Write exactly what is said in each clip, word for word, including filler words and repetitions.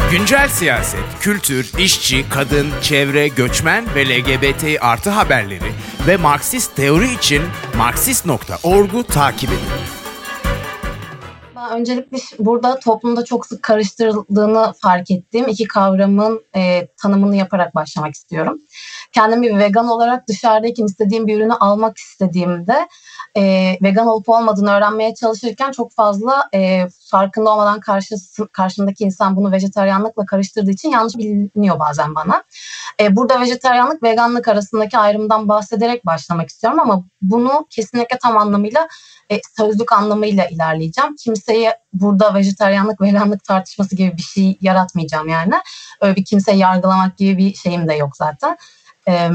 Güncel siyaset, kültür, işçi, kadın, çevre, göçmen ve L G B T artı haberleri ve Marksist teori için Marksist nokta org'u takip edin. Ben öncelikle burada toplumda çok sık karıştırıldığını fark ettiğim iki kavramın e, tanımını yaparak başlamak istiyorum. Kendimi bir vegan olarak dışarıdayken istediğim bir ürünü almak istediğimde e, vegan olup olmadığını öğrenmeye çalışırken çok fazla e, farkında olmadan karşısı, karşımdaki insan bunu vejetaryenlikle karıştırdığı için yanlış biliniyor bazen bana. E, burada vejetaryenlik veganlık arasındaki ayrımdan bahsederek başlamak istiyorum ama bunu kesinlikle tam anlamıyla e, sözlük anlamıyla ilerleyeceğim. Kimseye burada vejetaryenlik veganlık tartışması gibi bir şey yaratmayacağım yani. Öyle bir kimseyi yargılamak gibi bir şeyim de yok zaten. E,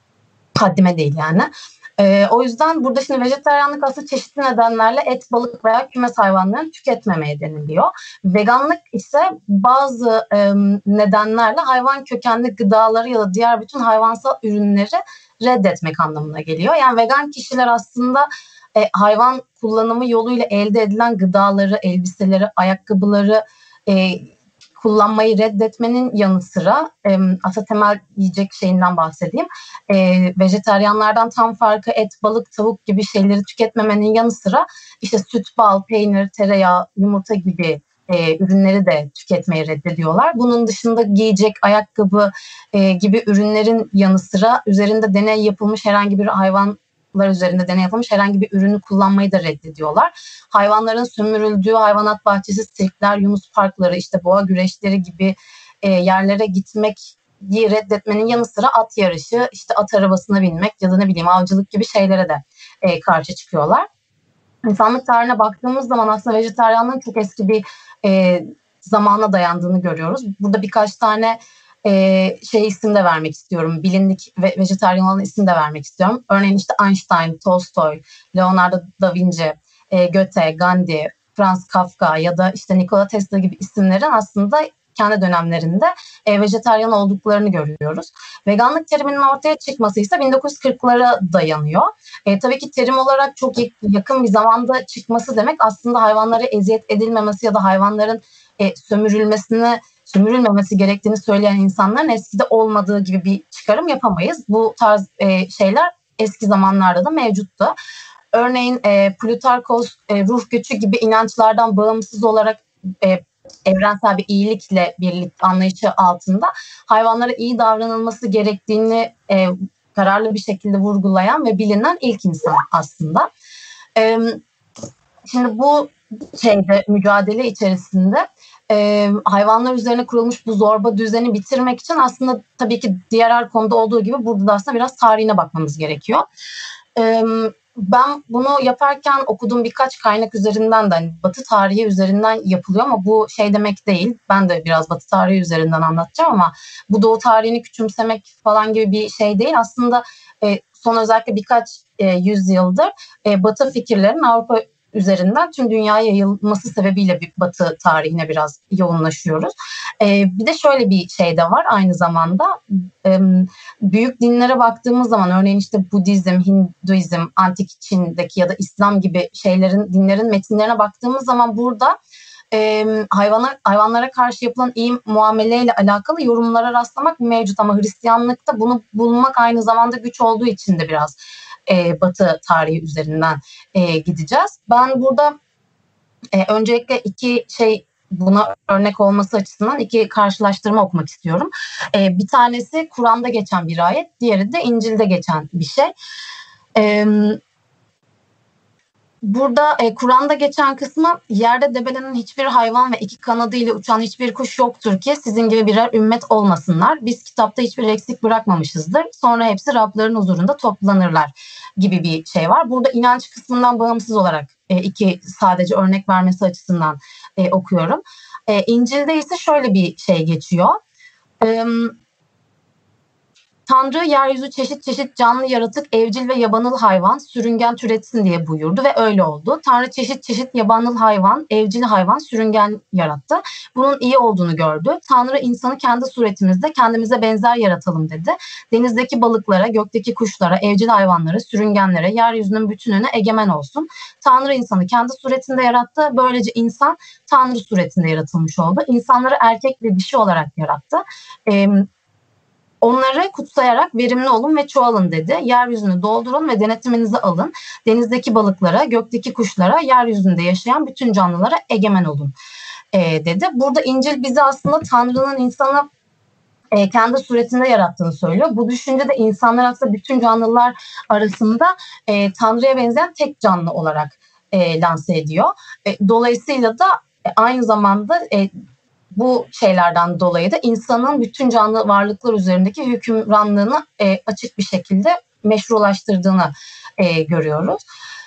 haddime değil yani. E, o yüzden burada şimdi vejetaryenlik aslında çeşitli nedenlerle et, balık veya kümes hayvanlarını tüketmemeye deniliyor. Veganlık ise bazı e, nedenlerle hayvan kökenli gıdaları ya da diğer bütün hayvansal ürünleri reddetmek anlamına geliyor. Yani vegan kişiler aslında e, hayvan kullanımı yoluyla elde edilen gıdaları, elbiseleri, ayakkabıları e, kullanmayı reddetmenin yanı sıra e, ata temel yiyecek şeyinden bahsedeyim. E, vejetaryenlerden tam farkı et, balık, tavuk gibi şeyleri tüketmemenin yanı sıra işte süt, bal, peynir, tereyağı, yumurta gibi e, ürünleri de tüketmeyi reddediyorlar. Bunun dışında giyecek, ayakkabı e, gibi ürünlerin yanı sıra üzerinde deney yapılmış herhangi bir hayvan üzerinde deney yapılmış herhangi bir ürünü kullanmayı da reddediyorlar. Hayvanların sömürüldüğü hayvanat bahçesi, sirkler, yunus parkları, işte boğa güreşleri gibi e, yerlere gitmek reddetmenin yanı sıra at yarışı, işte at arabasına binmek ya da ne bileyim avcılık gibi şeylere de e, karşı çıkıyorlar. İnsanlık tarihine baktığımız zaman aslında vejetaryenliğin çok eski bir e, zamana dayandığını görüyoruz. Burada birkaç tane Ee, şey isim de vermek istiyorum. Bilindik ve vejetaryen olan isim de vermek istiyorum. Örneğin işte Einstein, Tolstoy, Leonardo da Vinci, e, Goethe, Gandhi, Franz Kafka ya da işte Nikola Tesla gibi isimlerin aslında kendi dönemlerinde e, vejetaryen olduklarını görüyoruz. Veganlık teriminin ortaya çıkması ise bin dokuz yüz kırklara dayanıyor. E, tabii ki terim olarak çok yakın bir zamanda çıkması demek aslında hayvanlara eziyet edilmemesi ya da hayvanların e, sömürülmesini sömürülmemesi gerektiğini söyleyen insanların eskide olmadığı gibi bir çıkarım yapamayız. Bu tarz e, şeyler eski zamanlarda da mevcuttu. Örneğin e, Plutarkos e, ruh göçü gibi inançlardan bağımsız olarak e, evrensel bir iyilikle birlik anlayışı altında hayvanlara iyi davranılması gerektiğini e, kararlı bir şekilde vurgulayan ve bilinen ilk insan aslında. E, şimdi bu şeyde mücadele içerisinde Ee, hayvanlar üzerine kurulmuş bu zorba düzeni bitirmek için aslında tabii ki diğer her konuda olduğu gibi burada da aslında biraz tarihine bakmamız gerekiyor. Ee, ben bunu yaparken okuduğum birkaç kaynak üzerinden de hani Batı tarihi üzerinden yapılıyor ama bu şey demek değil. Ben de biraz Batı tarihi üzerinden anlatacağım ama bu Doğu tarihini küçümsemek falan gibi bir şey değil. Aslında e, son özellikle birkaç e, yüzyıldır e, Batı fikirlerin Avrupa üzerinden tüm dünyaya yayılması sebebiyle bir Batı tarihine biraz yoğunlaşıyoruz. Ee, bir de şöyle bir şey de var aynı zamanda. Ee, büyük dinlere baktığımız zaman örneğin işte Budizm, Hinduizm, Antik Çin'deki ya da İslam gibi şeylerin, dinlerin metinlerine baktığımız zaman burada e, hayvana, hayvanlara karşı yapılan iyi muameleyle alakalı yorumlara rastlamak mevcut ama Hristiyanlıkta bunu bulmak aynı zamanda güç olduğu için de biraz E, Batı tarihi üzerinden e, gideceğiz. Ben burada e, öncelikle iki şey buna örnek olması açısından iki karşılaştırma okumak istiyorum. E, bir tanesi Kur'an'da geçen bir ayet, diğeri de İncil'de geçen bir şey. E, Burada e, Kur'an'da geçen kısmı yerde debelenen hiçbir hayvan ve iki kanadıyla uçan hiçbir kuş yoktur ki sizin gibi birer ümmet olmasınlar. Biz kitapta hiçbir eksik bırakmamışızdır. Sonra hepsi Rabların huzurunda toplanırlar gibi bir şey var. Burada inanç kısmından bağımsız olarak e, iki sadece örnek vermesi açısından e, okuyorum. E, İncil'de ise şöyle bir şey geçiyor. E, Tanrı yeryüzü çeşit çeşit canlı yaratık, evcil ve yabanıl hayvan, sürüngen türetsin diye buyurdu ve öyle oldu. Tanrı çeşit çeşit yabanıl hayvan, evcil hayvan, sürüngen yarattı. Bunun iyi olduğunu gördü. Tanrı insanı kendi suretimizde kendimize benzer yaratalım dedi. Denizdeki balıklara, gökteki kuşlara, evcil hayvanlara, sürüngenlere, yeryüzünün bütününe egemen olsun. Tanrı insanı kendi suretinde yarattı. Böylece insan Tanrı suretinde yaratılmış oldu. İnsanları erkek ve dişi olarak yarattı. Ee, Onları kutsayarak verimli olun ve çoğalın dedi. Yeryüzünü doldurun ve denetiminizi alın. Denizdeki balıklara, gökteki kuşlara, yeryüzünde yaşayan bütün canlılara egemen olun e, dedi. Burada İncil bize aslında Tanrı'nın insanı e, kendi suretinde yarattığını söylüyor. Bu düşünce de insanlar aslında bütün canlılar arasında e, Tanrı'ya benzeyen tek canlı olarak e, lanse ediyor. E, dolayısıyla da e, aynı zamanda e, bu şeylerden dolayı da insanın bütün canlı varlıklar üzerindeki hükümranlığını e, açık bir şekilde meşrulaştırdığını e, görüyoruz.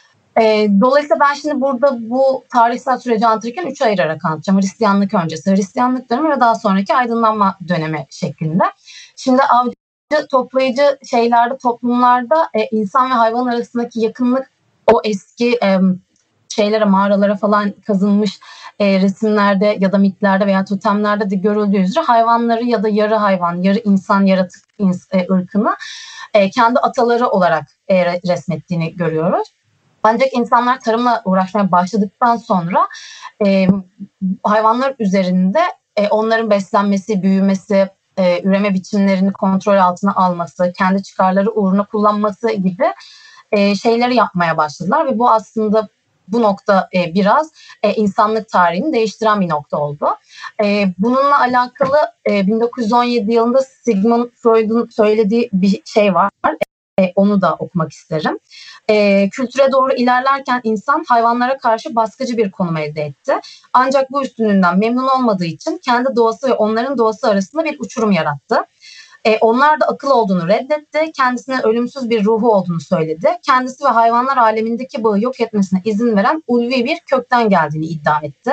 E, dolayısıyla ben şimdi burada bu tarihsel süreci anlatırken üçe ayırarak anlatacağım. Hristiyanlık öncesi, Hristiyanlık dönemi ve daha sonraki aydınlanma dönemi şeklinde. Şimdi avcı toplayıcı şeylerde, toplumlarda e, insan ve hayvan arasındaki yakınlık o eski e, şeylere, mağaralara falan kazınmış e, resimlerde ya da mitlerde veya totemlerde de görüldüğü üzere hayvanları ya da yarı hayvan, yarı insan yaratık ins, e, ırkını e, kendi ataları olarak e, resmettiğini görüyoruz. Ancak insanlar tarımla uğraşmaya başladıktan sonra e, hayvanlar üzerinde e, onların beslenmesi, büyümesi, e, üreme biçimlerini kontrol altına alması, kendi çıkarları uğruna kullanması gibi e, şeyleri yapmaya başladılar ve bu aslında bu nokta e, biraz e, insanlık tarihini değiştiren bir nokta oldu. E, bununla alakalı e, bin dokuz yüz on yedi yılında Sigmund Freud'un söylediği bir şey var. E, onu da okumak isterim. E, kültüre doğru ilerlerken insan hayvanlara karşı baskıcı bir konum elde etti. Ancak bu üstünlüğünden memnun olmadığı için kendi doğası ve onların doğası arasında bir uçurum yarattı. E, onlar da akıl olduğunu reddetti. Kendisine ölümsüz bir ruhu olduğunu söyledi. Kendisi ve hayvanlar alemindeki bağı yok etmesine izin veren ulvi bir kökten geldiğini iddia etti.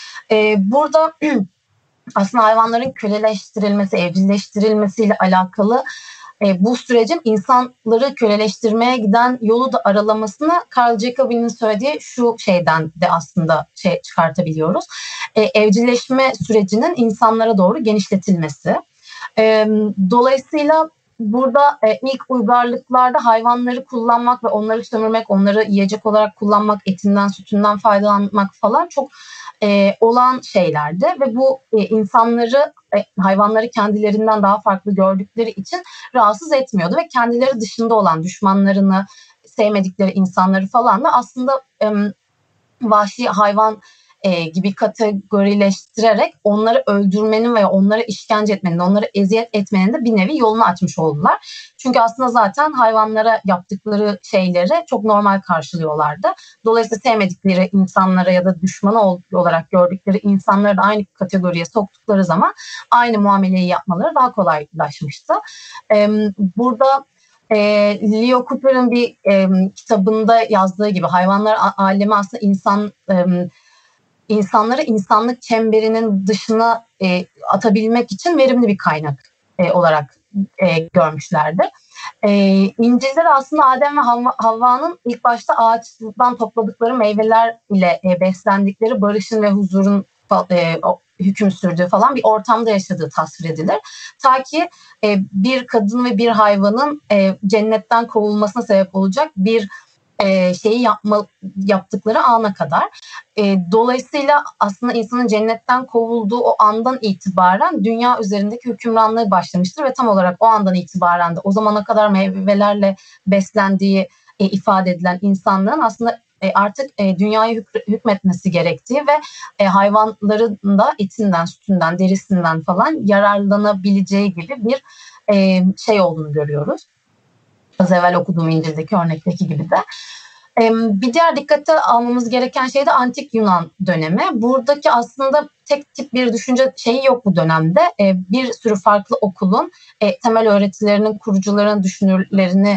E, burada aslında hayvanların köleleştirilmesi, evcilleştirilmesiyle alakalı e, bu sürecin insanları köleleştirmeye giden yolu da aralamasını Carl Jacobi'nin söylediği şu şeyden de aslında şey çıkartabiliyoruz. E, evcilleşme sürecinin insanlara doğru genişletilmesi. E, dolayısıyla burada e, ilk uygarlıklarda hayvanları kullanmak ve onları sömürmek, onları yiyecek olarak kullanmak, etinden, sütünden faydalanmak falan çok e, olan şeylerdi ve bu e, insanları, e, hayvanları kendilerinden daha farklı gördükleri için rahatsız etmiyordu ve kendileri dışında olan düşmanlarını, sevmedikleri insanları falan da aslında e, vahşi hayvan E, gibi kategorileştirerek onları öldürmenin veya onlara işkence etmenin, onlara eziyet etmenin de bir nevi yolunu açmış oldular. Çünkü aslında zaten hayvanlara yaptıkları şeyleri çok normal karşılıyorlardı. Dolayısıyla sevmedikleri insanlara ya da düşmanı olarak gördükleri insanları da aynı kategoriye soktukları zaman aynı muameleyi yapmaları daha kolaylaşmıştı. E, burada E, Leo Cooper'ın bir e, kitabında yazdığı gibi hayvanlar alemi aslında insan e, insanları insanlık çemberinin dışına e, atabilmek için verimli bir kaynak e, olarak e, görmüşlerdi. E, İncil'de aslında Adem ve Havva, Havva'nın ilk başta ağaçtan topladıkları meyveler ile e, beslendikleri barışın ve huzurun e, hüküm sürdüğü falan bir ortamda yaşadığı tasvir edilir. Ta ki e, bir kadın ve bir hayvanın e, cennetten kovulmasına sebep olacak bir E, şeyi yapma, yaptıkları ana kadar. E, dolayısıyla aslında insanın cennetten kovulduğu o andan itibaren dünya üzerindeki hükümranlığı başlamıştır ve tam olarak o andan itibaren de o zamana kadar meyvelerle beslendiği e, ifade edilen insanların aslında e, artık e, dünyaya hük- hükmetmesi gerektiği ve e, hayvanların da etinden, sütünden, derisinden falan yararlanabileceği gibi bir e, şey olduğunu görüyoruz. Az evvel okuduğum İncil'deki örnekteki gibi de. Bir diğer dikkate almamız gereken şey de Antik Yunan dönemi. Buradaki aslında tek tip bir düşünce şeyi yok bu dönemde. Bir sürü farklı okulun temel öğretilerinin, kurucuların düşünürlerini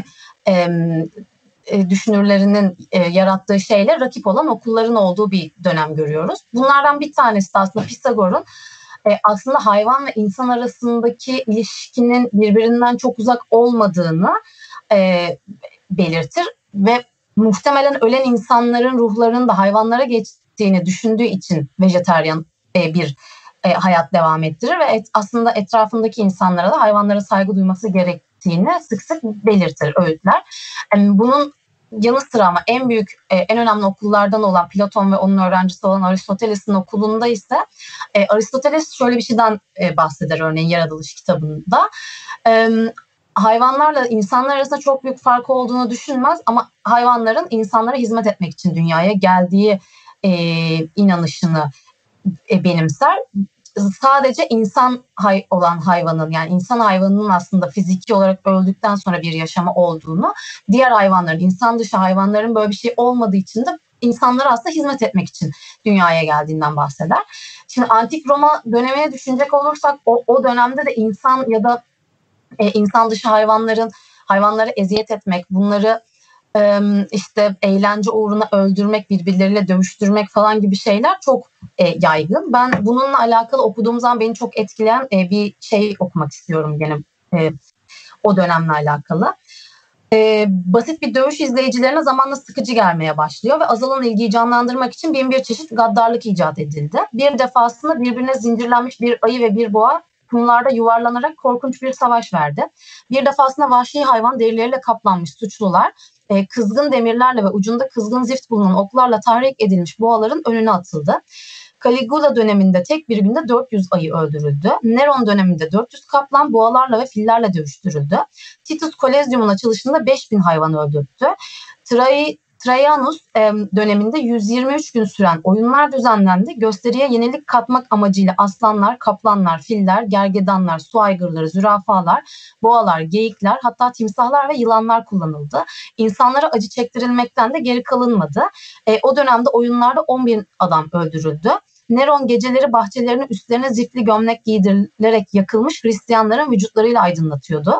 düşünürlerinin yarattığı şeyle rakip olan okulların olduğu bir dönem görüyoruz. Bunlardan bir tanesi de aslında Pisagor'un e, aslında hayvan ve insan arasındaki ilişkinin birbirinden çok uzak olmadığını e, belirtir ve muhtemelen ölen insanların ruhlarının da hayvanlara geçtiğini düşündüğü için vejetaryen e, bir e, hayat devam ettirir ve et, aslında etrafındaki insanlara da hayvanlara saygı duyması gerektiğini sık sık belirtir, öğütler. Yani bunun yanı sıra ama en büyük, e, en önemli okullardan olan Platon ve onun öğrencisi olan Aristoteles'in okulunda ise e, Aristoteles şöyle bir şeyden e, bahseder örneğin Yaratılış kitabında. E, hayvanlarla insanlar arasında çok büyük fark olduğunu düşünmez ama hayvanların insanlara hizmet etmek için dünyaya geldiği e, inanışını e, benimser. Sadece insan hay- olan hayvanın, yani insan hayvanının aslında fiziki olarak öldükten sonra bir yaşamı olduğunu, diğer hayvanların, insan dışı hayvanların böyle bir şey olmadığı için de insanlara aslında hizmet etmek için dünyaya geldiğinden bahseder. Şimdi Antik Roma dönemine düşünecek olursak o, o dönemde de insan ya da e, insan dışı hayvanların hayvanlara eziyet etmek, bunları e, işte eğlence uğruna öldürmek, birbirleriyle dövüştürmek falan gibi şeyler çok e, yaygın. Ben bununla alakalı okuduğum zaman beni çok etkileyen e, bir şey okumak istiyorum gene e, o dönemle alakalı. E, basit bir dövüş izleyicilerine zamanla sıkıcı gelmeye başlıyor ve azalan ilgiyi canlandırmak için bin bir çeşit gaddarlık icat edildi. Bir defasında birbirine zincirlenmiş bir ayı ve bir boğa kumlarda yuvarlanarak korkunç bir savaş verdi. Bir defasında vahşi hayvan derileriyle kaplanmış suçlular e, kızgın demirlerle ve ucunda kızgın zift bulunan oklarla tahrik edilmiş boğaların önüne atıldı. Caligula döneminde tek bir günde dört yüz ayı öldürüldü. Neron döneminde dört yüz kaplan boğalarla ve fillerle dövüştürüldü. Titus Kolezyum'un açılışında beş bin hayvan öldürttü. Trai, Trajanus e, döneminde yüz yirmi üç gün süren oyunlar düzenlendi. Gösteriye yenilik katmak amacıyla aslanlar, kaplanlar, filler, gergedanlar, su aygırları, zürafalar, boğalar, geyikler, hatta timsahlar ve yılanlar kullanıldı. İnsanlara acı çektirilmekten de geri kalınmadı. E, o dönemde oyunlarda on bin adam öldürüldü. Neron geceleri bahçelerinin üstlerine zifli gömlek giydirilerek yakılmış Hristiyanların vücutlarıyla aydınlatıyordu.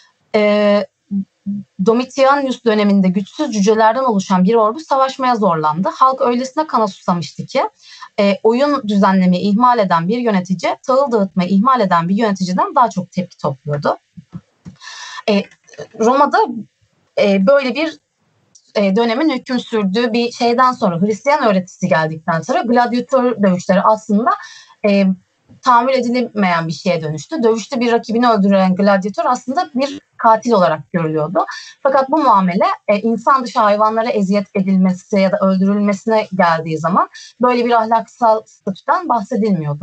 E, Domitianus döneminde güçsüz cücelerden oluşan bir ordu savaşmaya zorlandı. Halk öylesine kana susamıştı ki e, oyun düzenlemeyi ihmal eden bir yönetici, tahıl dağıtmayı ihmal eden bir yöneticiden daha çok tepki topluyordu. E, Roma'da e, böyle bir e, dönemin hüküm sürdüğü bir şeyden sonra, Hristiyan öğretisi geldikten sonra gladyatör dövüşleri aslında e, tahammül edilemeyen bir şeye dönüştü. Dövüşte bir rakibini öldüren gladyatör aslında bir katil olarak görülüyordu. Fakat bu muamele e, insan dışı hayvanlara eziyet edilmesi ya da öldürülmesine geldiği zaman böyle bir ahlaksal statüden bahsedilmiyordu.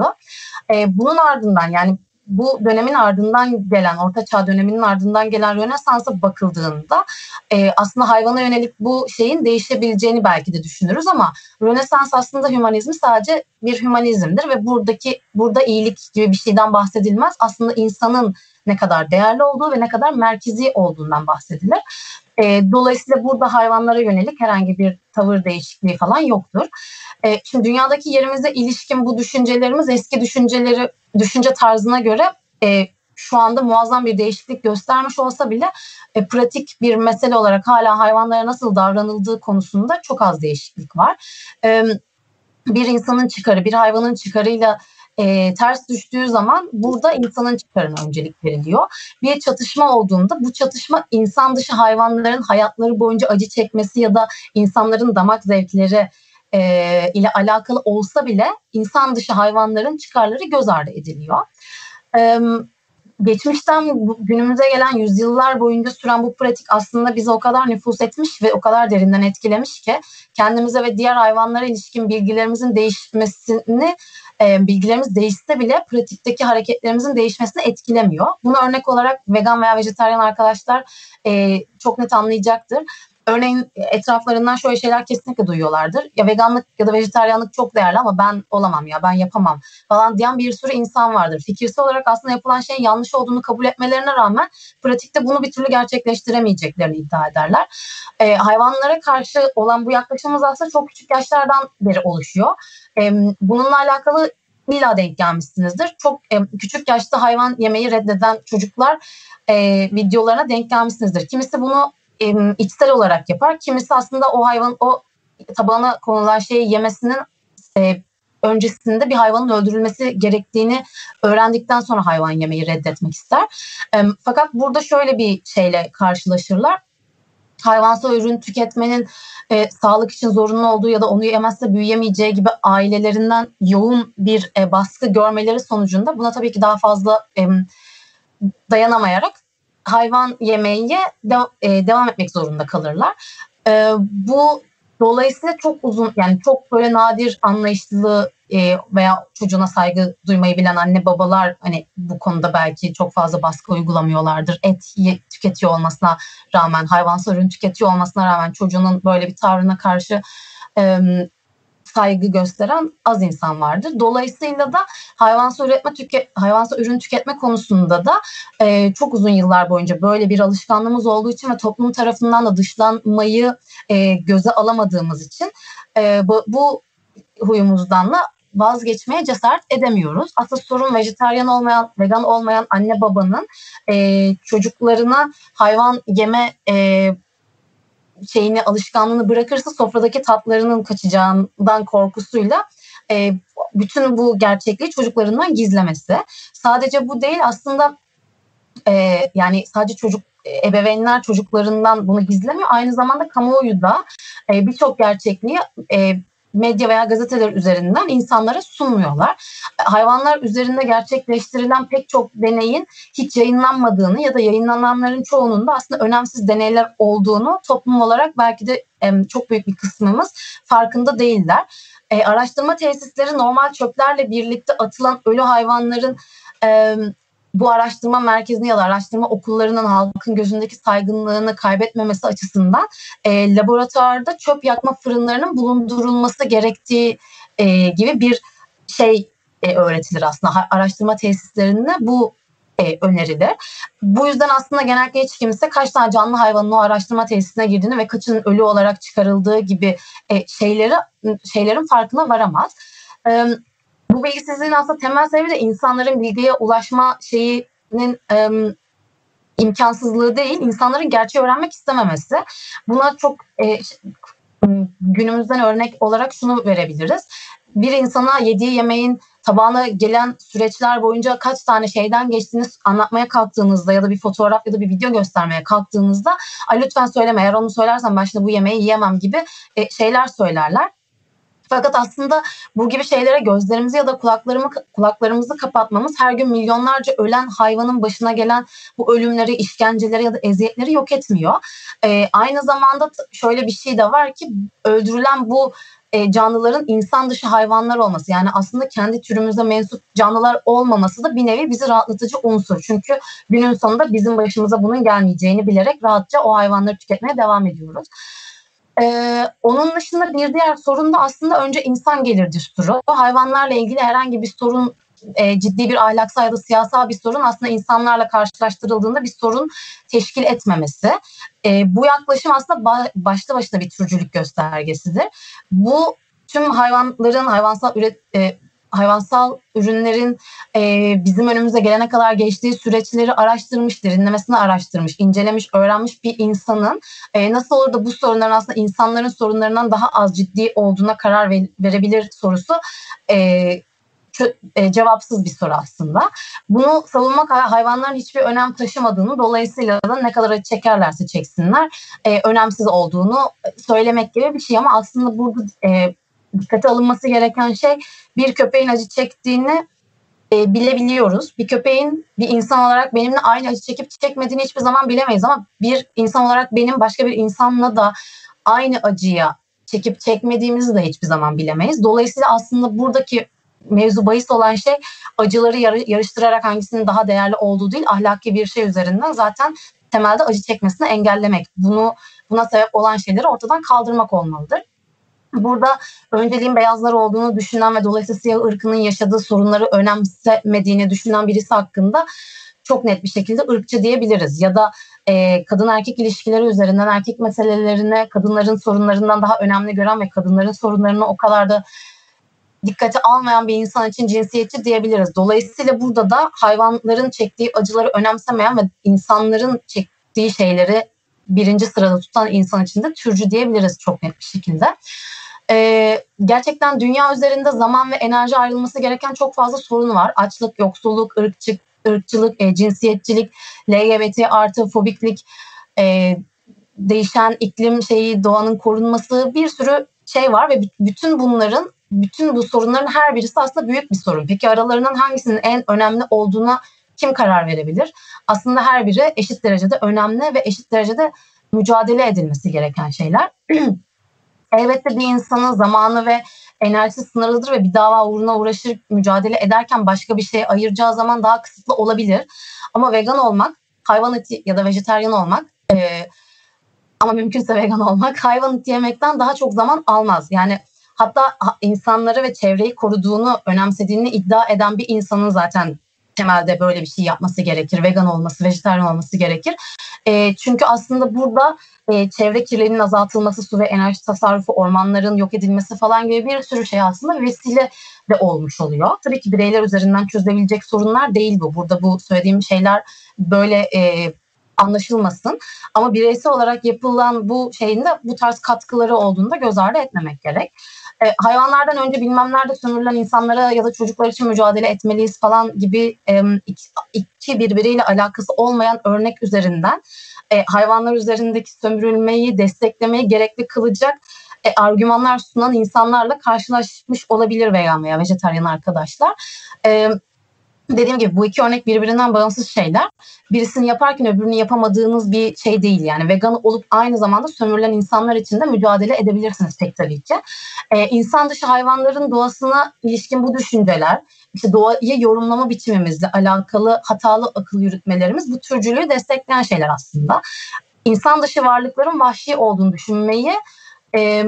E, bunun ardından, yani bu dönemin ardından gelen, Orta Çağ döneminin ardından gelen Rönesans'a bakıldığında e, aslında hayvana yönelik bu şeyin değişebileceğini belki de düşünürüz ama Rönesans aslında hümanizmi sadece bir hümanizmdir ve buradaki burada iyilik gibi bir şeyden bahsedilmez. Aslında insanın ne kadar değerli olduğu ve ne kadar merkezi olduğundan bahsedilir. E, dolayısıyla burada hayvanlara yönelik herhangi bir tavır değişikliği falan yoktur. E, şimdi dünyadaki yerimize ilişkin bu düşüncelerimiz eski düşünceleri düşünce tarzına göre e, şu anda muazzam bir değişiklik göstermiş olsa bile e, pratik bir mesele olarak hala hayvanlara nasıl davranıldığı konusunda çok az değişiklik var. E, bir insanın çıkarı, bir hayvanın çıkarıyla e, ters düştüğü zaman burada insanın çıkarına öncelik veriliyor. Bir çatışma olduğunda bu çatışma insan dışı hayvanların hayatları boyunca acı çekmesi ya da insanların damak zevkleri e, ile alakalı olsa bile insan dışı hayvanların çıkarları göz ardı ediliyor. E, geçmişten günümüze gelen yüzyıllar boyunca süren bu pratik aslında bize o kadar nüfuz etmiş ve o kadar derinden etkilemiş ki kendimize ve diğer hayvanlara ilişkin bilgilerimizin değişmesini, e, bilgilerimiz değişse bile pratikteki hareketlerimizin değişmesini etkilemiyor. Bunu örnek olarak vegan veya vejetaryen arkadaşlar e, çok net anlayacaktır. Örneğin etraflarından şöyle şeyler kesinlikle duyuyorlardır. Ya veganlık ya da vejetaryenlik çok değerli ama ben olamam ya, ben yapamam falan diyen bir sürü insan vardır. Fikirsel olarak aslında yapılan şeyin yanlış olduğunu kabul etmelerine rağmen pratikte bunu bir türlü gerçekleştiremeyeceklerini iddia ederler. Ee, hayvanlara karşı olan bu yaklaşımımız aslında çok küçük yaşlardan beri oluşuyor. Ee, bununla alakalı illa denk gelmişsinizdir. Çok e, küçük yaşta hayvan yemeyi reddeden çocuklar e, videolarına denk gelmişsinizdir. Kimisi bunu E, içsel olarak yapar. Kimisi aslında o hayvan o tabağına konulan şeyi yemesinin e, öncesinde bir hayvanın öldürülmesi gerektiğini öğrendikten sonra hayvan yemeyi reddetmek ister. E, fakat burada şöyle bir şeyle karşılaşırlar. Hayvansal ürün tüketmenin e, sağlık için zorunlu olduğu ya da onu yemezse büyüyemeyeceği gibi ailelerinden yoğun bir e, baskı görmeleri sonucunda buna tabii ki daha fazla e, dayanamayarak hayvan yemeye de, e, devam etmek zorunda kalırlar. E, bu dolayısıyla çok uzun, yani çok böyle nadir anlayışlı e, veya çocuğuna saygı duymayı bilen anne babalar hani bu konuda belki çok fazla baskı uygulamıyorlardır. Et ye, tüketiyor olmasına rağmen, hayvansal ürün tüketiyor olmasına rağmen çocuğunun böyle bir tavrına karşı e, saygı gösteren az insan vardır. Dolayısıyla da hayvansal üretme tüke, hayvansal ürün tüketme konusunda da e, çok uzun yıllar boyunca böyle bir alışkanlığımız olduğu için ve toplum tarafından da dışlanmayı e, göze alamadığımız için e, bu, bu huyumuzdan da vazgeçmeye cesaret edemiyoruz. Aslında sorun vejetaryen olmayan, vegan olmayan anne babanın e, çocuklarına hayvan yeme e, şeyini, alışkanlığını bırakırsa sofradaki tatlarının kaçacağından korkusuyla e, bütün bu gerçekliği çocuklarından gizlemesi. Sadece bu değil aslında, e, yani sadece çocuk ebeveynler çocuklarından bunu gizlemiyor. Aynı zamanda kamuoyu da e, birçok gerçekliği e, medya veya gazeteler üzerinden insanlara sunmuyorlar. Hayvanlar üzerinde gerçekleştirilen pek çok deneyin hiç yayınlanmadığını ya da yayınlananların çoğunun da aslında önemsiz deneyler olduğunu toplum olarak belki de çok büyük bir kısmımız farkında değiller. E, araştırma tesisleri normal çöplerle birlikte atılan ölü hayvanların e, bu araştırma merkezini ya da araştırma okullarının halkın gözündeki saygınlığını kaybetmemesi açısından e, laboratuvarda çöp yakma fırınlarının bulundurulması gerektiği e, gibi bir şey e, öğretilir aslında. Ha, araştırma tesislerinde bu e, önerilir. Bu yüzden aslında genellikle hiç kimse kaç tane canlı hayvanın o araştırma tesisine girdiğini ve kaçının ölü olarak çıkarıldığı gibi e, şeyleri şeylerin farkına varamaz. E, Bu bilgisizliğin aslında temel sebebi de insanların bilgiye ulaşma şeyinin e, imkansızlığı değil, insanların gerçeği öğrenmek istememesi. Buna çok e, günümüzden örnek olarak şunu verebiliriz. Bir insana yediği yemeğin tabağına gelen süreçler boyunca kaç tane şeyden geçtiğini anlatmaya kalktığınızda ya da bir fotoğraf ya da bir video göstermeye kalktığınızda ay lütfen söyleme, eğer onu söylersen ben şimdi bu yemeği yiyemem gibi e, şeyler söylerler. Fakat aslında bu gibi şeylere gözlerimizi ya da kulaklarımı, kulaklarımızı kapatmamız her gün milyonlarca ölen hayvanın başına gelen bu ölümleri, işkenceleri ya da eziyetleri yok etmiyor. Ee, aynı zamanda şöyle bir şey de var ki öldürülen bu e, canlıların insan dışı hayvanlar olması, yani aslında kendi türümüze mensup canlılar olmaması da bir nevi bizi rahatlatıcı unsur. Çünkü günün sonunda bizim başımıza bunun gelmeyeceğini bilerek rahatça o hayvanları tüketmeye devam ediyoruz. Ee, onun dışında bir diğer sorun da aslında önce insan gelir düsturu. Hayvanlarla ilgili herhangi bir sorun, e, ciddi bir ahlaksal ya da siyasal bir sorun aslında insanlarla karşılaştırıldığında bir sorun teşkil etmemesi. E, bu yaklaşım aslında ba- başta başına bir türcülük göstergesidir. Bu tüm hayvanların, hayvansal üret, e, hayvansal ürünlerin e, bizim önümüze gelene kadar geçtiği süreçleri araştırmış, derinlemesine araştırmış, incelemiş, öğrenmiş bir insanın e, nasıl olur da bu sorunların aslında insanların sorunlarından daha az ciddi olduğuna karar ver, verebilir sorusu e, çö, e, cevapsız bir soru aslında. Bunu savunmak hayvanların hiçbir önem taşımadığını, dolayısıyla da ne kadar acı çekerlerse çeksinler e, önemsiz olduğunu söylemek gibi bir şey, ama aslında burada e, dikkate alınması gereken şey, bir köpeğin acı çektiğini e, bilebiliyoruz. Bir köpeğin bir insan olarak benimle aynı acı çekip çekmediğini hiçbir zaman bilemeyiz, ama bir insan olarak benim başka bir insanla da aynı acıya çekip çekmediğimizi de hiçbir zaman bilemeyiz. Dolayısıyla aslında buradaki mevzu bahis olan şey acıları yarıştırarak hangisinin daha değerli olduğu değil, ahlaki bir şey üzerinden zaten temelde acı çekmesini engellemek. Bunu buna sebep olan şeyleri ortadan kaldırmak olmalıdır. Burada önceliğin beyazlar olduğunu düşünen ve dolayısıyla siyah ırkının yaşadığı sorunları önemsemediğini düşünen birisi hakkında çok net bir şekilde ırkçı diyebiliriz. Ya da e, kadın erkek ilişkileri üzerinden erkek meselelerine kadınların sorunlarından daha önemli gören ve kadınların sorunlarını o kadar da dikkate almayan bir insan için cinsiyetçi diyebiliriz. Dolayısıyla burada da hayvanların çektiği acıları önemsemeyen ve insanların çektiği şeyleri birinci sırada tutan insan için de türcü diyebiliriz çok net bir şekilde. Ee, gerçekten dünya üzerinde zaman ve enerji ayrılması gereken çok fazla sorun var. Açlık, yoksulluk, ırkçı, ırkçılık, e, cinsiyetçilik, L G B T artı fobiklik, e, değişen iklim şeyi, doğanın korunması, bir sürü şey var ve bütün bunların, bütün bu sorunların her birisi aslında büyük bir sorun. Peki aralarından hangisinin en önemli olduğuna kim karar verebilir? Aslında her biri eşit derecede önemli ve eşit derecede mücadele edilmesi gereken şeyler. Elbette bir insanın zamanı ve enerjisi sınırlıdır ve bir dava uğruna uğraşır, mücadele ederken başka bir şeye ayıracağı zaman daha kısıtlı olabilir. Ama vegan olmak, hayvan eti ya da vejetaryen olmak, e, ama mümkünse vegan olmak hayvan eti yemekten daha çok zaman almaz. Yani hatta insanları ve çevreyi koruduğunu, önemsediğini iddia eden bir insanın zaten temelde böyle bir şey yapması gerekir. Vegan olması, vejetaryen olması gerekir. E, çünkü aslında burada e, çevre kirliliğinin azaltılması, su ve enerji tasarrufu, ormanların yok edilmesi falan gibi bir sürü şey aslında vesile de olmuş oluyor. Tabii ki bireyler üzerinden çözülebilecek sorunlar değil bu. Burada bu söylediğim şeyler böyle e, anlaşılmasın. Ama bireysel olarak yapılan bu şeyin de bu tarz katkıları olduğunu da göz ardı etmemek gerek. E, hayvanlardan önce bilmem nerede sömürülen insanlara ya da çocuklar için mücadele etmeliyiz falan gibi e, iki, iki birbiriyle alakası olmayan örnek üzerinden e, hayvanlar üzerindeki sömürülmeyi desteklemeyi gerekli kılacak e, argümanlar sunan insanlarla karşılaşmış olabilir vegan veya vejetaryen arkadaşlar. E, Dediğim gibi bu iki örnek birbirinden bağımsız şeyler. Birisini yaparken öbürünü yapamadığınız bir şey değil. Yani vegan olup aynı zamanda sömürülen insanlar için de mücadele edebilirsiniz pek tabii ki. Ee, insan dışı hayvanların doğasına ilişkin bu düşünceler, işte doğayı yorumlama biçimimizle alakalı hatalı akıl yürütmelerimiz bu türcülüğü destekleyen şeyler aslında. İnsan dışı varlıkların vahşi olduğunu düşünmeyi e,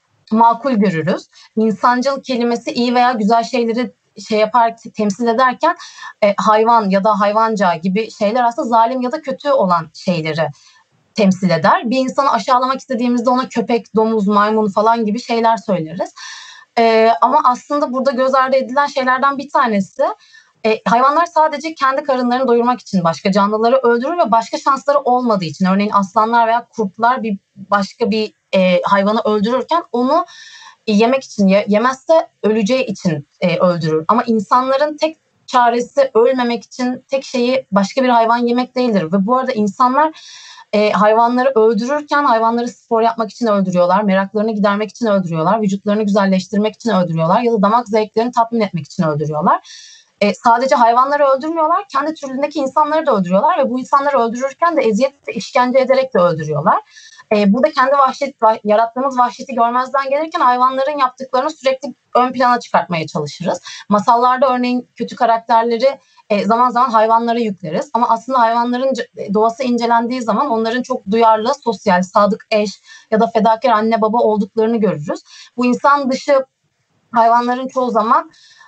makul görürüz. İnsancıl kelimesi iyi veya güzel şeyleri şey yapar, temsil ederken e, hayvan ya da hayvanca gibi şeyler aslında zalim ya da kötü olan şeyleri temsil eder. Bir insanı aşağılamak istediğimizde ona köpek, domuz, maymun falan gibi şeyler söyleriz. E, ama aslında burada göz ardı edilen şeylerden bir tanesi e, hayvanlar sadece kendi karınlarını doyurmak için başka canlıları öldürür ve başka şansları olmadığı için, örneğin aslanlar veya kurtlar bir başka bir e, hayvanı öldürürken onu yemek için, yemezse öleceği için e, öldürür. Ama insanların tek çaresi ölmemek için tek şeyi başka bir hayvan yemek değildir. Ve bu arada insanlar e, hayvanları öldürürken hayvanları spor yapmak için öldürüyorlar, meraklarını gidermek için öldürüyorlar, vücutlarını güzelleştirmek için öldürüyorlar ya da damak zevklerini tatmin etmek için öldürüyorlar. E, sadece hayvanları öldürmüyorlar, kendi türündeki insanları da öldürüyorlar ve bu insanları öldürürken de eziyet ve işkence ederek de öldürüyorlar. E, burada kendi vahşet, yarattığımız vahşeti görmezden gelirken hayvanların yaptıklarını sürekli ön plana çıkartmaya çalışırız. Masallarda örneğin kötü karakterleri e, zaman zaman hayvanlara yükleriz. Ama aslında hayvanların doğası incelendiği zaman onların çok duyarlı, sosyal, sadık eş ya da fedakar anne baba olduklarını görürüz. Bu insan dışı hayvanların çoğu zaman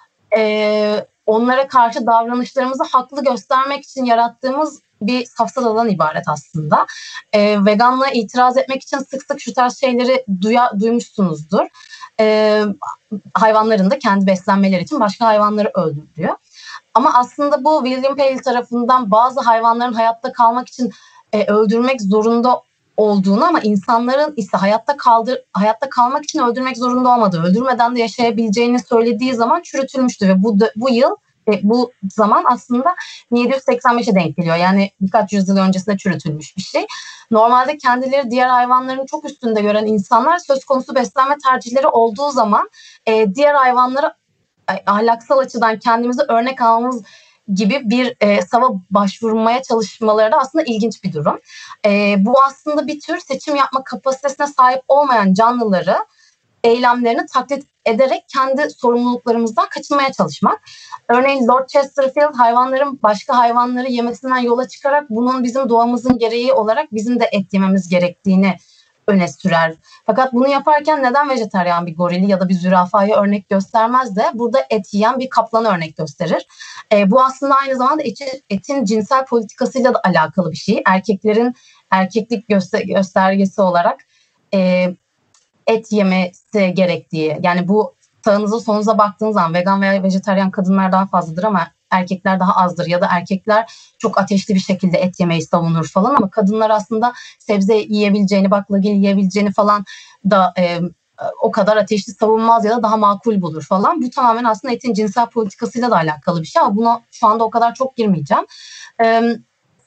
e, onlara karşı davranışlarımızı haklı göstermek için yarattığımız bir safsatadan ibaret aslında. E, veganlığa itiraz etmek için sık sık şu tarz şeyleri duya, duymuşsunuzdur. E, hayvanların da kendi beslenmeleri için başka hayvanları öldürüyor. Ama aslında bu William Paley tarafından bazı hayvanların hayatta kalmak için e, öldürmek zorunda olduğunu ama insanların ise hayatta kaldır hayatta kalmak için öldürmek zorunda olmadığı, öldürmeden de yaşayabileceğini söylediği zaman çürütülmüştü ve bu bu yıl E, bu zaman aslında yedi yüz seksen beşe denk geliyor. Yani birkaç yüzyıl öncesinde çürütülmüş bir şey. Normalde kendileri diğer hayvanların çok üstünde gören insanlar söz konusu beslenme tercihleri olduğu zaman e, diğer hayvanları ahlaksal açıdan kendimize örnek almamız gibi bir e, sava başvurmaya çalışmaları da aslında ilginç bir durum. E, bu aslında bir tür seçim yapma kapasitesine sahip olmayan canlıları eylemlerini taklit ederek kendi sorumluluklarımızdan kaçınmaya çalışmak. Örneğin Lord Chesterfield hayvanların başka hayvanları yemesinden yola çıkarak bunun bizim doğamızın gereği olarak bizim de et yememiz gerektiğini öne sürer. Fakat bunu yaparken neden vejetaryen bir gorili ya da bir zürafayı örnek göstermez de burada et yiyen bir kaplanı örnek gösterir. E, bu aslında aynı zamanda etin, etin cinsel politikasıyla da alakalı bir şey. Erkeklerin erkeklik göster- göstergesi olarak e, et yemesi gerektiği, yani bu sağınıza solunuza baktığınız zaman vegan veya vejetaryen kadınlar daha fazladır ama erkekler daha azdır ya da erkekler çok ateşli bir şekilde et yemeyi savunur falan ama kadınlar aslında sebze yiyebileceğini, baklagil yiyebileceğini falan da e, o kadar ateşli savunmaz ya da daha makul bulur falan. Bu tamamen aslında etin cinsel politikasıyla da alakalı bir şey ama buna şu anda o kadar çok girmeyeceğim. Ee,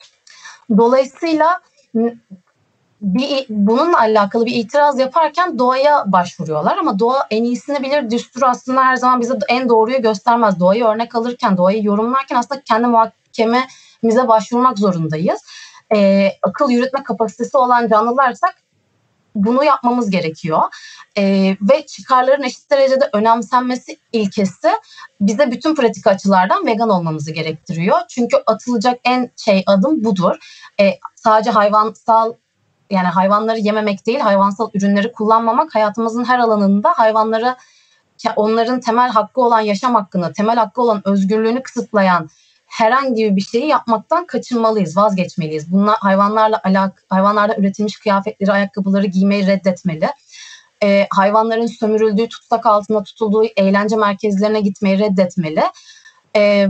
dolayısıyla bir, bununla alakalı bir itiraz yaparken doğaya başvuruyorlar ama doğa en iyisini bilir düsturu aslında her zaman bize en doğruyu göstermez. Doğayı örnek alırken, doğayı yorumlarken aslında kendi muhakememize başvurmak zorundayız. Ee, akıl yürütme kapasitesi olan canlılarsak bunu yapmamız gerekiyor. Ee, ve çıkarların eşit derecede önemsenmesi ilkesi bize bütün pratik açılardan vegan olmamızı gerektiriyor. Çünkü atılacak en şey adım budur. Ee, sadece hayvansal yani hayvanları yememek değil, hayvansal ürünleri kullanmamak, hayatımızın her alanında hayvanlara onların temel hakkı olan yaşam hakkını, temel hakkı olan özgürlüğünü kısıtlayan herhangi bir şeyi yapmaktan kaçınmalıyız, vazgeçmeliyiz. Bunlar hayvanlarla alak, hayvanlarda üretilmiş kıyafetleri, ayakkabıları giymeyi reddetmeli. Ee, hayvanların sömürüldüğü, tutsak altında tutulduğu eğlence merkezlerine gitmeyi reddetmeli. Ee,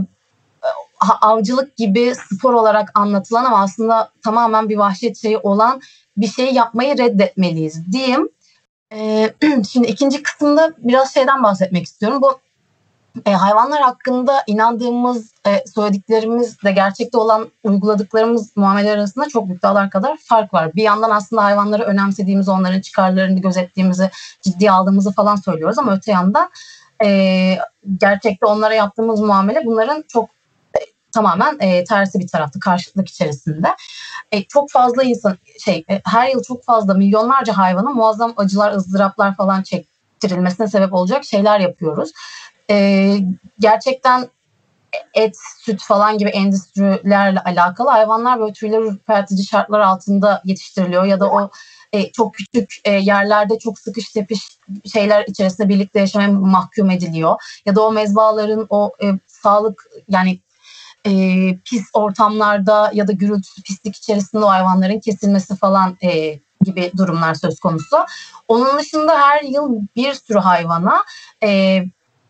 avcılık gibi spor olarak anlatılan ama aslında tamamen bir vahşet şeyi olan bir şeyi yapmayı reddetmeliyiz diyeyim. Ee, şimdi ikinci kısımda biraz şeyden bahsetmek istiyorum. Bu e, hayvanlar hakkında inandığımız, e, söylediklerimizle gerçekte olan uyguladıklarımız muameleler arasında çok büyük dağlar kadar fark var. Bir yandan aslında hayvanları önemsediğimizi, onların çıkarlarını gözettiğimizi, ciddiye aldığımızı falan söylüyoruz ama öte yandan e, gerçekte onlara yaptığımız muamele bunların çok e, tamamen e, tersi bir tarafta, karşıtlık içerisinde. E, çok fazla insan, şey e, her yıl çok fazla milyonlarca hayvanın muazzam acılar, ızdıraplar falan çektirilmesine sebep olacak şeyler yapıyoruz. Ee, gerçekten et, süt falan gibi endüstrilerle alakalı hayvanlar böyle tüyleri ürpertici şartlar altında yetiştiriliyor ya da o e, çok küçük e, yerlerde çok sıkış tepiş şeyler içerisinde birlikte yaşamaya mahkum ediliyor ya da o mezbahaların o e, sağlık yani e, pis ortamlarda ya da gürültüsü pislik içerisinde o hayvanların kesilmesi falan e, gibi durumlar söz konusu. Onun dışında her yıl bir sürü hayvana e,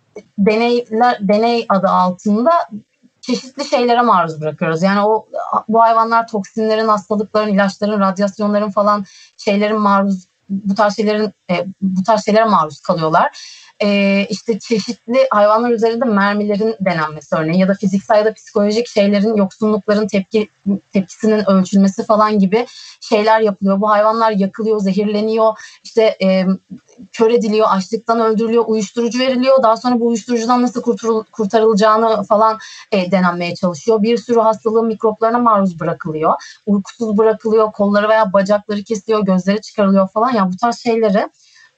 deneyler deney adı altında çeşitli şeylere maruz bırakıyoruz. Yani o bu hayvanlar toksinlerin, hastalıkların, ilaçların, radyasyonların falan şeylerin maruz bu tarz şeylerin e, bu tarz şeylere maruz kalıyorlar. E, işte çeşitli hayvanlar üzerinde mermilerin denenmesi örneğin ya da fiziksel ya da psikolojik şeylerin, yoksunlukların tepki tepkisinin ölçülmesi falan gibi şeyler yapılıyor. Bu hayvanlar yakılıyor, zehirleniyor, işte e, kör ediliyor, açlıktan öldürülüyor, uyuşturucu veriliyor. Daha sonra bu uyuşturucudan nasıl kurtarıl- kurtarılacağını falan e, denenmeye çalışıyor. Bir sürü hastalığın mikroplarına maruz bırakılıyor. Uykusuz bırakılıyor, kolları veya bacakları kesiliyor, gözleri çıkarılıyor falan. Ya bu tarz şeyleri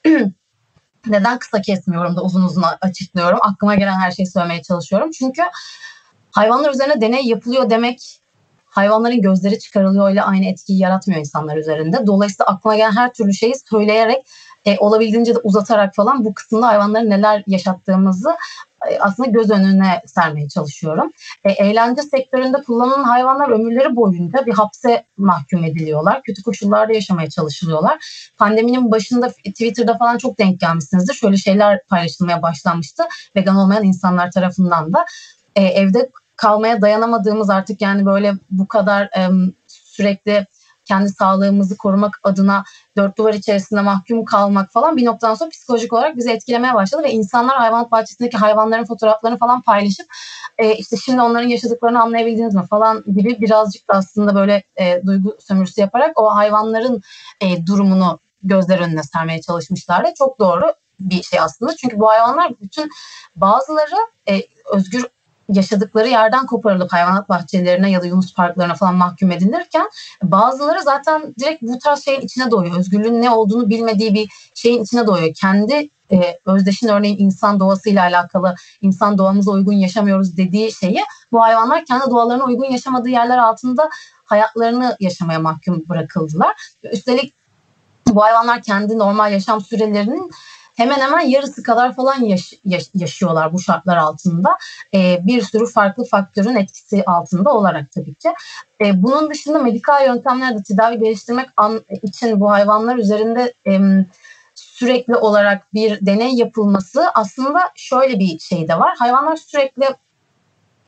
neden kısa kesmiyorum da uzun uzun açıklıyorum. Aklıma gelen her şeyi söylemeye çalışıyorum. Çünkü hayvanlar üzerine deney yapılıyor demek hayvanların gözleri çıkarılıyor ile aynı etkiyi yaratmıyor insanlar üzerinde. Dolayısıyla aklıma gelen her türlü şeyi söyleyerek e, olabildiğince de uzatarak falan bu kısımda hayvanların neler yaşattığımızı e, aslında göz önüne sermeye çalışıyorum. E, eğlence sektöründe kullanılan hayvanlar ömürleri boyunca bir hapse mahkum ediliyorlar. Kötü koşullarda yaşamaya çalışılıyorlar. Pandeminin başında Twitter'da falan çok denk gelmişsinizdir. Şöyle şeyler paylaşılmaya başlanmıştı vegan olmayan insanlar tarafından da. E, evde kalmaya dayanamadığımız artık yani böyle bu kadar e, sürekli kendi sağlığımızı korumak adına dört duvar içerisinde mahkum kalmak falan bir noktadan sonra psikolojik olarak bizi etkilemeye başladı ve insanlar hayvanat bahçesindeki hayvanların fotoğraflarını falan paylaşıp e, işte şimdi onların yaşadıklarını anlayabildiniz mi falan gibi birazcık da aslında böyle e, duygu sömürüsü yaparak o hayvanların e, durumunu gözler önüne sermeye çalışmışlardı. Çok doğru bir şey aslında çünkü bu hayvanlar bütün bazıları e, özgür yaşadıkları yerden koparılıp hayvanat bahçelerine ya da yunus parklarına falan mahkum edilirken bazıları zaten direkt bu tarz şeyin içine doğuyor. Özgürlüğün ne olduğunu bilmediği bir şeyin içine doğuyor. Kendi e, özdeşin örneğin insan doğasıyla alakalı insan doğamıza uygun yaşamıyoruz dediği şeyi bu hayvanlar kendi doğalarına uygun yaşamadığı yerler altında hayatlarını yaşamaya mahkum bırakıldılar. Üstelik bu hayvanlar kendi normal yaşam sürelerinin hemen hemen yarısı kadar falan yaş- yaş- yaşıyorlar bu şartlar altında. Ee, bir sürü farklı faktörün etkisi altında olarak tabii ki. Ee, bunun dışında medikal yöntemlerde tedavi geliştirmek an- için bu hayvanlar üzerinde e, sürekli olarak bir deney yapılması aslında şöyle bir şey de var. Hayvanlar sürekli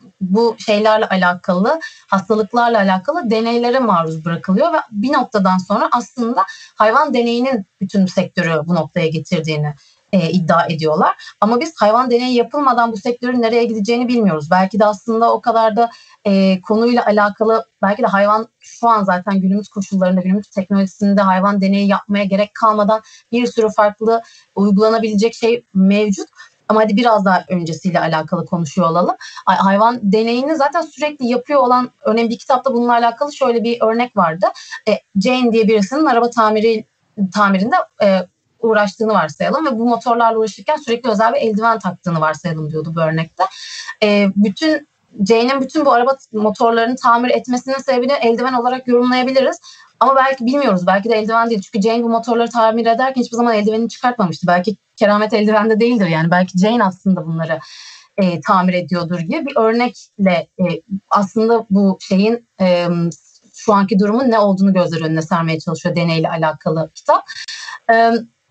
bu şeylerle alakalı, hastalıklarla alakalı deneylere maruz bırakılıyor ve bir noktadan sonra aslında hayvan deneyinin bütün sektörü bu noktaya getirdiğini e, iddia ediyorlar. Ama biz hayvan deneyi yapılmadan bu sektörün nereye gideceğini bilmiyoruz. Belki de aslında o kadar da e, konuyla alakalı, belki de hayvan şu an zaten günümüz koşullarında, günümüz teknolojisinde hayvan deneyi yapmaya gerek kalmadan bir sürü farklı uygulanabilecek şey mevcut. Ama hadi biraz daha öncesiyle alakalı konuşuyor olalım. Hayvan deneyini zaten sürekli yapıyor olan, örneğin bir kitapta bununla alakalı şöyle bir örnek vardı. E, Jane diye birisinin araba tamiri tamirinde e, uğraştığını varsayalım ve bu motorlarla uğraşırken sürekli özel bir eldiven taktığını varsayalım diyordu bu örnekte. E, bütün Jane'in bütün bu araba motorlarını tamir etmesinin sebebini eldiven olarak yorumlayabiliriz. Ama belki bilmiyoruz. Belki de eldiven değil. Çünkü Jane bu motorları tamir ederken hiçbir zaman eldivenini çıkartmamıştı. Belki keramet eldivende değildir yani. Belki Jane aslında bunları e, tamir ediyordur gibi bir örnekle e, aslında bu şeyin e, şu anki durumun ne olduğunu gözler önüne sermeye çalışıyor deneyle alakalı kitap. E,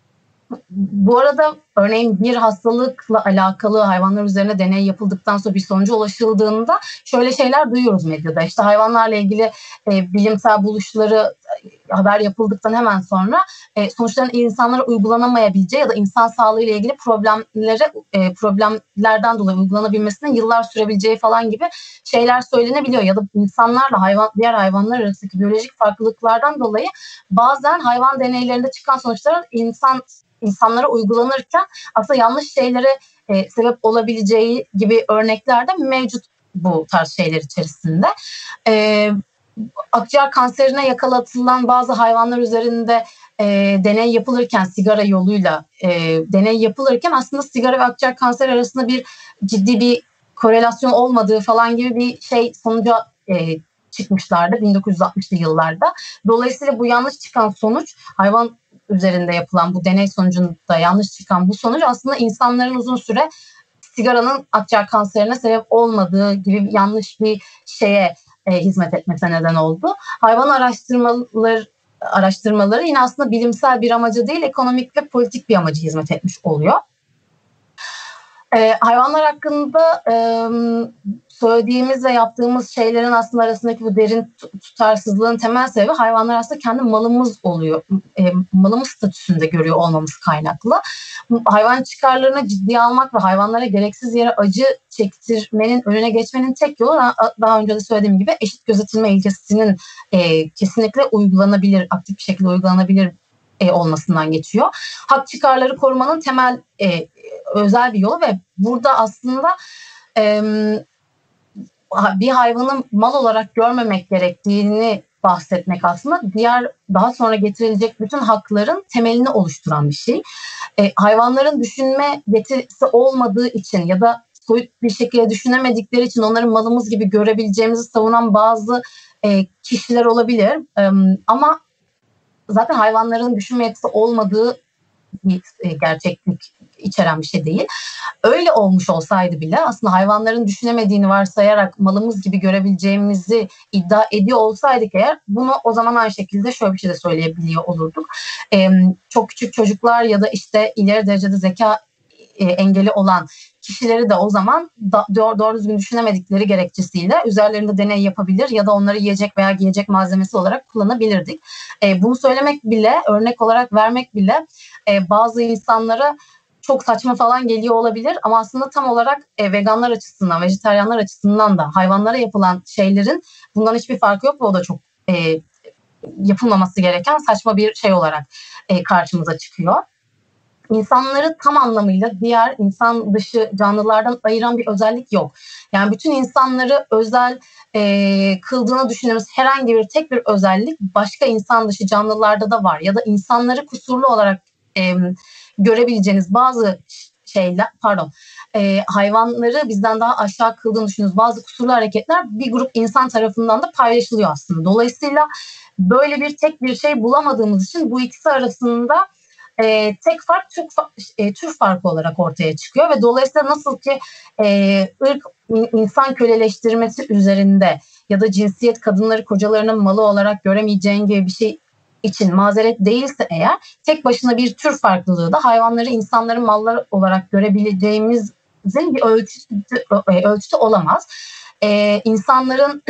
Bu arada örneğin bir hastalıkla alakalı hayvanlar üzerine deney yapıldıktan sonra bir sonuca ulaşıldığında şöyle şeyler duyuyoruz medyada. İşte hayvanlarla ilgili e, bilimsel buluşları e, haber yapıldıktan hemen sonra e, sonuçların insanlara uygulanamayabileceği ya da insan sağlığı ile ilgili problemlere e, problemlerden dolayı uygulanabilmesinin yıllar sürebileceği falan gibi şeyler söylenebiliyor. Ya da insanlarla hayvan diğer hayvanlar arasındaki biyolojik farklılıklardan dolayı bazen hayvan deneylerinde çıkan sonuçların insan insanlara uygulanırken aslında yanlış şeylere e, sebep olabileceği gibi örnekler de mevcut bu tarz şeyler içerisinde. E, akciğer kanserine yakalatılan bazı hayvanlar üzerinde e, deney yapılırken, sigara yoluyla e, deney yapılırken aslında sigara ve akciğer kanseri arasında bir ciddi bir korelasyon olmadığı falan gibi bir şey sonuca e, çıkmışlardı bin dokuz yüz altmışlı yıllarda. Dolayısıyla bu yanlış çıkan sonuç, hayvan üzerinde yapılan bu deney sonucunda yanlış çıkan bu sonuç aslında insanların uzun süre sigaranın akciğer kanserine sebep olmadığı gibi yanlış bir şeye e, hizmet etmesine neden oldu. Hayvan araştırmaları araştırmaları yine aslında bilimsel bir amaca değil, ekonomik ve politik bir amaca hizmet etmiş oluyor. Ee, hayvanlar hakkında e, söylediğimiz ve yaptığımız şeylerin aslında arasındaki bu derin tutarsızlığın temel sebebi hayvanlar aslında kendi malımız oluyor. E, malımız statüsünde görüyor olmamız kaynaklı. Hayvan çıkarlarını ciddiye almak ve hayvanlara gereksiz yere acı çektirmenin önüne geçmenin tek yolu, daha önce de söylediğim gibi, eşit gözetilme ilkesinin e, kesinlikle uygulanabilir, aktif bir şekilde uygulanabilir e, olmasından geçiyor. Hak çıkarları korumanın temel e, özel bir yolu ve burada aslında e, bir hayvanı mal olarak görmemek gerektiğini bahsetmek aslında diğer daha sonra getirilecek bütün hakların temelini oluşturan bir şey. E, hayvanların düşünme yeterisi olmadığı için ya da soyut bir şekilde düşünemedikleri için onların malımız gibi görebileceğimizi savunan bazı e, kişiler olabilir. E, ama zaten hayvanların düşünme yetisi olmadığı bir gerçeklik içeren bir şey değil. Öyle olmuş olsaydı bile aslında hayvanların düşünemediğini varsayarak malımız gibi görebileceğimizi iddia ediyor olsaydık eğer, bunu o zaman aynı şekilde şöyle bir şey de söyleyebiliyor olurduk. Ee, çok küçük çocuklar ya da işte ileri derecede zeka e, engeli olan kişileri de o zaman da, doğru, doğru düzgün düşünemedikleri gerekçesiyle üzerlerinde deney yapabilir ya da onları yiyecek veya giyecek malzemesi olarak kullanabilirdik. E, bunu söylemek bile, örnek olarak vermek bile e, bazı insanlara çok saçma falan geliyor olabilir ama aslında tam olarak e, veganlar açısından, vejetaryenler açısından da hayvanlara yapılan şeylerin bundan hiçbir farkı yok ve o da çok e, yapılmaması gereken saçma bir şey olarak e, karşımıza çıkıyor. İnsanları tam anlamıyla diğer insan dışı canlılardan ayıran bir özellik yok. Yani bütün insanları özel e, kıldığını düşündüğümüz herhangi bir tek bir özellik başka insan dışı canlılarda da var. Ya da insanları kusurlu olarak e, görebileceğiniz bazı şeyler, pardon, e, hayvanları bizden daha aşağı kıldığını düşündüğünüz bazı kusurlu hareketler bir grup insan tarafından da paylaşılıyor aslında. Dolayısıyla böyle bir tek bir şey bulamadığımız için bu ikisi arasında E, tek fark tür, e, tür farkı olarak ortaya çıkıyor ve dolayısıyla nasıl ki e, ırk insan köleleştirmesi üzerinde ya da cinsiyet kadınları kocalarının malı olarak göremeyeceğin gibi bir şey için mazeret değilse eğer, tek başına bir tür farklılığı da hayvanları insanların malları olarak görebileceğimizin bir ölçüsü, ölçüsü olamaz. e, insanların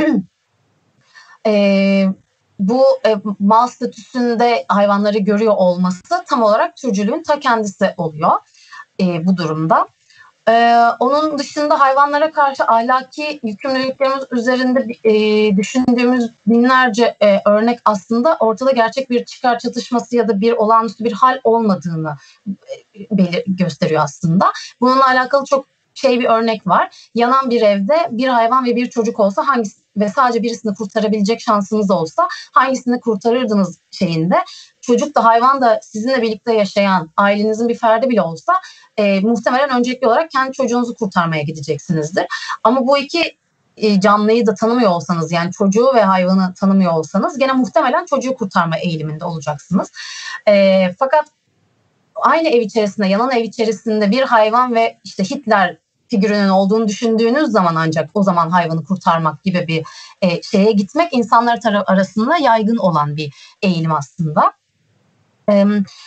e, bu e, mal statüsünde hayvanları görüyor olması tam olarak türcülüğün ta kendisi oluyor e, bu durumda. Ee, onun dışında hayvanlara karşı ahlaki yükümlülüklerimiz üzerinde e, düşündüğümüz binlerce e, örnek aslında ortada gerçek bir çıkar çatışması ya da bir olağanüstü bir hal olmadığını e, belir- gösteriyor aslında. Bununla alakalı çok şey bir örnek var. Yanan bir evde bir hayvan ve bir çocuk olsa hangisi ve sadece birisini kurtarabilecek şansınız olsa hangisini kurtarırdınız şeyinde. Çocuk da hayvan da sizinle birlikte yaşayan ailenizin bir ferdi bile olsa e, muhtemelen öncelikli olarak kendi çocuğunuzu kurtarmaya gideceksinizdir. Ama bu iki e, canlıyı da tanımıyor olsanız, yani çocuğu ve hayvanı tanımıyor olsanız gene muhtemelen çocuğu kurtarma eğiliminde olacaksınız. E, fakat aynı ev içerisinde, yanan ev içerisinde bir hayvan ve işte Hitler figürünün olduğunu düşündüğünüz zaman ancak o zaman hayvanı kurtarmak gibi bir e, şeye gitmek insanlar tar- arasında yaygın olan bir eğilim aslında. E,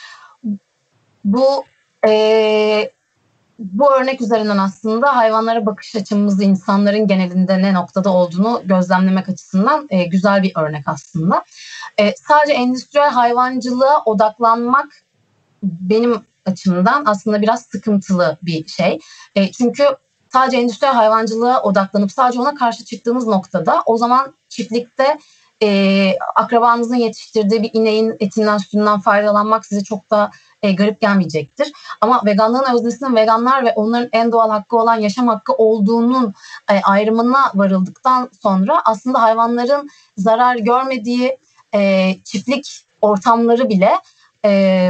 bu e, bu örnek üzerinden aslında hayvanlara bakış açımızı insanların genelinde ne noktada olduğunu gözlemlemek açısından e, güzel bir örnek aslında. E, sadece endüstriyel hayvancılığa odaklanmak benim açımdan aslında biraz sıkıntılı bir şey. E, çünkü sadece endüstriyel hayvancılığa odaklanıp sadece ona karşı çıktığınız noktada o zaman çiftlikte e, akrabanızın yetiştirdiği bir ineğin etinden sütünden faydalanmak size çok da e, garip gelmeyecektir. Ama veganlığın öznesinin veganlar ve onların en doğal hakkı olan yaşam hakkı olduğunun e, ayrımına varıldıktan sonra aslında hayvanların zarar görmediği e, çiftlik ortamları bile e,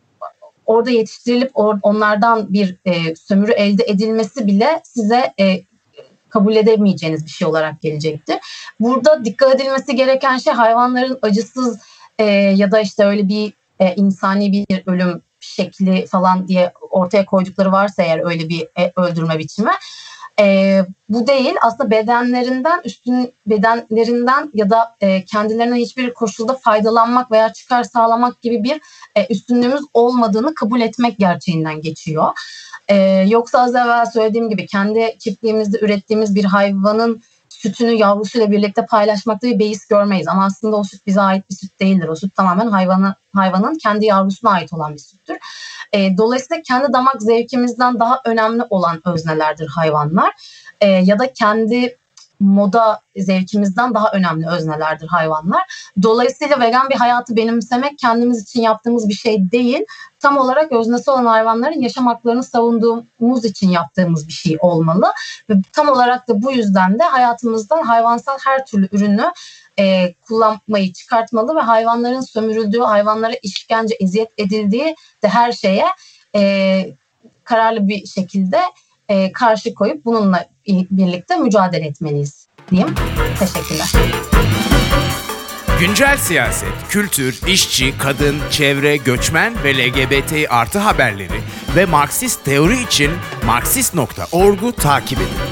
orada yetiştirilip or, onlardan bir e, sömürü elde edilmesi bile size e, kabul edemeyeceğiniz bir şey olarak gelecektir. Burada dikkat edilmesi gereken şey hayvanların acısız e, ya da işte öyle bir e, insani bir ölüm şekli falan diye ortaya koydukları varsa eğer öyle bir e, öldürme biçimi. E, bu değil, aslında bedenlerinden üstün bedenlerinden ya da e, kendilerine hiçbir koşulda faydalanmak veya çıkar sağlamak gibi bir e, üstünlüğümüz olmadığını kabul etmek gerçeğinden geçiyor. E, yoksa az evvel söylediğim gibi kendi çiftliğimizde ürettiğimiz bir hayvanın sütünü yavrusuyla birlikte paylaşmakta bir beis görmeyiz. Ama aslında o süt bize ait bir süt değildir. O süt tamamen hayvanı, hayvanın kendi yavrusuna ait olan bir süttür. E, dolayısıyla kendi damak zevkimizden daha önemli olan öznelerdir hayvanlar. E, ya da kendi moda zevkimizden daha önemli öznelerdir hayvanlar. Dolayısıyla vegan bir hayatı benimsemek kendimiz için yaptığımız bir şey değil. Tam olarak öznesi olan hayvanların yaşam haklarını savunduğumuz için yaptığımız bir şey olmalı. Ve tam olarak da bu yüzden de hayatımızdan hayvansal her türlü ürünü e, kullanmayı çıkartmalı ve hayvanların sömürüldüğü, hayvanlara işkence, eziyet edildiği de her şeye e, kararlı bir şekilde e, karşı koyup bununla birlikte mücadele etmeliyiz diyeyim. Teşekkürler. Güncel siyaset, kültür, işçi, kadın, çevre, göçmen ve L G B T artı haberleri ve Marksist teori için Marksist nokta org'u takip edin.